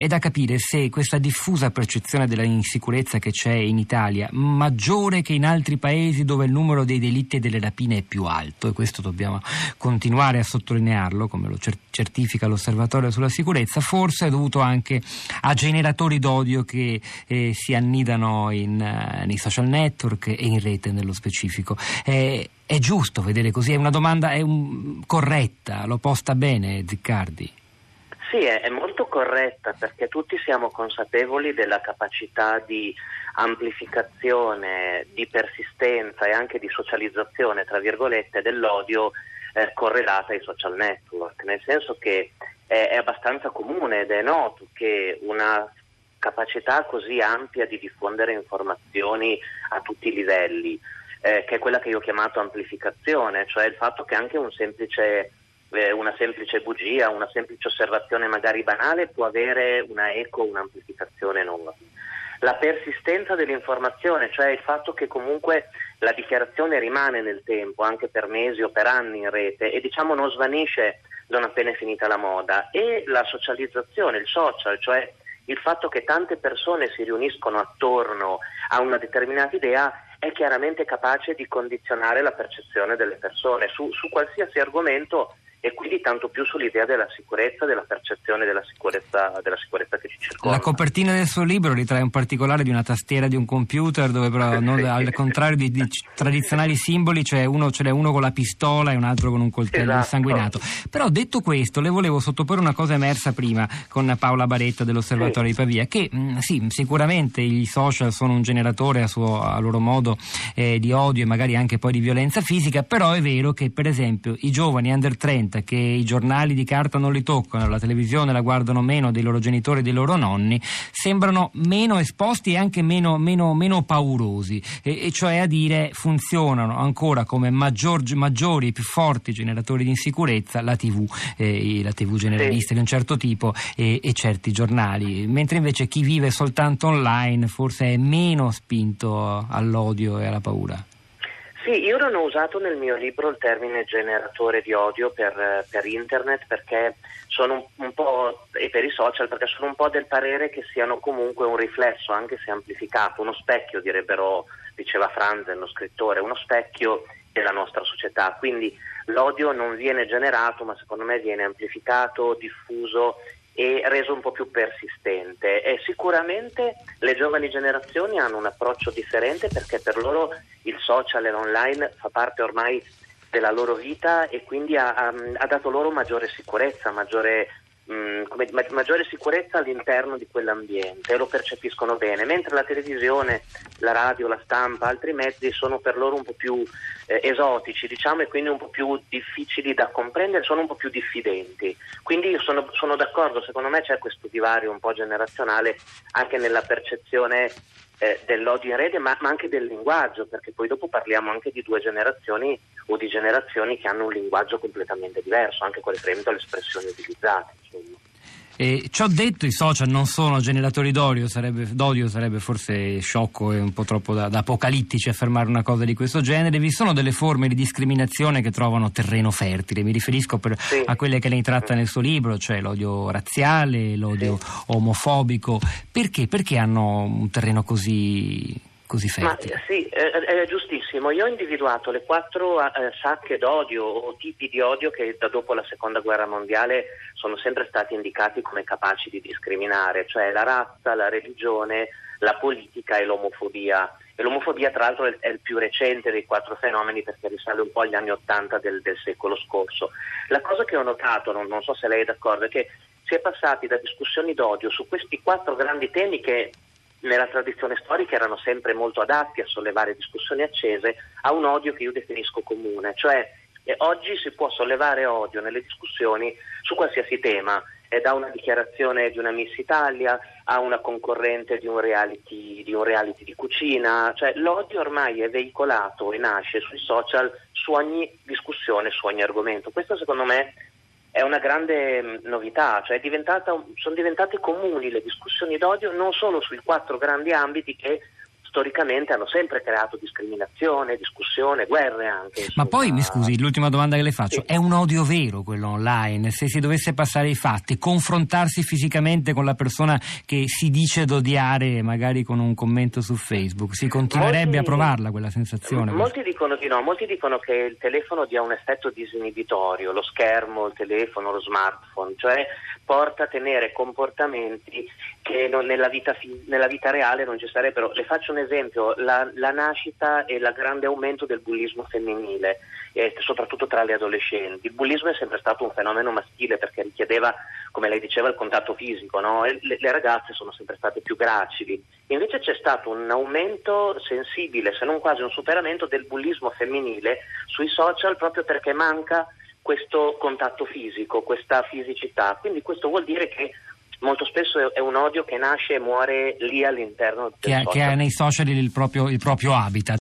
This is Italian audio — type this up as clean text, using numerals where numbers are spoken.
È da capire se questa diffusa percezione della insicurezza che c'è in Italia, maggiore che in altri paesi dove il numero dei delitti e delle rapine è più alto, e questo dobbiamo continuare a sottolinearlo, come lo certifica l'Osservatorio sulla sicurezza, forse è dovuto anche a generatori d'odio che si annidano nei social network e in rete nello specifico. È giusto vedere così? È una domanda corretta? L'ho posta bene, Ziccardi? Sì, è molto corretta, perché tutti siamo consapevoli della capacità di amplificazione, di persistenza e anche di socializzazione, tra virgolette, dell'odio correlata ai social network, nel senso che è abbastanza comune ed è noto che una capacità così ampia di diffondere informazioni a tutti i livelli, che è quella che io ho chiamato amplificazione, cioè il fatto che anche una semplice bugia, una semplice osservazione magari banale può avere una eco, un'amplificazione enorme. La persistenza dell'informazione, cioè il fatto che comunque la dichiarazione rimane nel tempo, anche per mesi o per anni in rete, e diciamo non svanisce non appena è finita la moda, e la socializzazione, il social, cioè il fatto che tante persone si riuniscono attorno a una determinata idea, è chiaramente capace di condizionare la percezione delle persone su qualsiasi argomento, e quindi tanto più sull'idea della sicurezza, della percezione della sicurezza che ci circonda. La copertina del suo libro ritrae un particolare di una tastiera di un computer, dove però al contrario di tradizionali simboli ce n'è uno con la pistola e un altro con un coltello insanguinato. Però detto questo, le volevo sottoporre una cosa emersa prima con Paola Baretta dell'Osservatorio di Pavia, che sì, sicuramente i social sono un generatore a loro modo di odio e magari anche poi di violenza fisica, però è vero che per esempio i giovani under 30 che i giornali di carta non li toccano, la televisione la guardano meno dei loro genitori e dei loro nonni, sembrano meno esposti e anche meno paurosi, e cioè a dire funzionano ancora come maggiori e più forti generatori di insicurezza la TV generalista di un certo tipo e certi giornali, mentre invece chi vive soltanto online forse è meno spinto all'odio e alla paura. Sì, io non ho usato nel mio libro il termine generatore di odio per internet, perché sono un po', e per i social, perché sono un po' del parere che siano comunque un riflesso, anche se amplificato, uno specchio, diceva Franzen, lo scrittore, uno specchio della nostra società. Quindi l'odio non viene generato, ma secondo me viene amplificato, diffuso e reso un po' più persistente. E sicuramente le giovani generazioni hanno un approccio differente, perché per loro il social e l'online fa parte ormai della loro vita, e quindi ha dato loro maggiore sicurezza, maggiore sicurezza all'interno di quell'ambiente, e lo percepiscono bene, mentre la televisione, la radio, la stampa, altri mezzi sono per loro un po' più esotici, diciamo, e quindi un po' più difficili da comprendere, sono un po' più diffidenti. Quindi io sono d'accordo, secondo me c'è questo divario un po' generazionale anche nella percezione dell'odio in rete, ma anche del linguaggio, perché poi dopo parliamo anche di due generazioni o di generazioni che hanno un linguaggio completamente diverso, anche con riferimento alle espressioni utilizzate, insomma. Ciò detto, i social non sono generatori d'odio, sarebbe forse sciocco e un po' troppo da apocalittici affermare una cosa di questo genere. Vi sono delle forme di discriminazione che trovano terreno fertile, mi riferisco a quelle che lei tratta nel suo libro, cioè l'odio razziale, l'odio omofobico. Perché hanno un terreno così fertile? Ma sì, è giustissimo. Io ho individuato le 4 sacche d'odio o tipi di odio che da dopo la seconda guerra mondiale sono sempre stati indicati come capaci di discriminare, cioè la razza, la religione, la politica e l'omofobia. E l'omofobia tra l'altro è il più recente dei 4 fenomeni, perché risale un po' agli anni 80 del secolo scorso. La cosa che ho notato, non so se lei è d'accordo, è che si è passati da discussioni d'odio su questi 4 grandi temi che nella tradizione storica erano sempre molto adatti a sollevare discussioni accese, a un odio che io definisco comune, cioè oggi si può sollevare odio nelle discussioni su qualsiasi tema, da una dichiarazione di una Miss Italia a una concorrente di un reality di cucina, cioè l'odio ormai è veicolato e nasce sui social su ogni discussione, su ogni argomento. Questo secondo me è una grande novità, cioè sono diventate comuni le discussioni d'odio non solo sui 4 grandi ambiti che storicamente hanno sempre creato discriminazione, discussione, guerre anche. Ma poi, mi scusi, l'ultima domanda che le faccio, è un odio vero quello online? Se si dovesse passare i fatti, confrontarsi fisicamente con la persona che si dice d'odiare, magari con un commento su Facebook, si continuerebbe a provarla quella sensazione? Molti dicono di no, molti dicono che il telefono dia un effetto disinibitorio, lo schermo, il telefono, lo smartphone, cioè porta a tenere comportamenti che nella vita reale non ci sarebbero. Le faccio un esempio, la nascita e il grande aumento del bullismo femminile, soprattutto tra le adolescenti. Il bullismo è sempre stato un fenomeno maschile perché richiedeva, come lei diceva, il contatto fisico, no? E le ragazze sono sempre state più gracili. Invece c'è stato un aumento sensibile, se non quasi un superamento del bullismo femminile sui social, proprio perché manca questo contatto fisico, questa fisicità. Quindi questo vuol dire che molto spesso è un odio che nasce e muore lì all'interno del social. Che ha nei social il proprio habitat.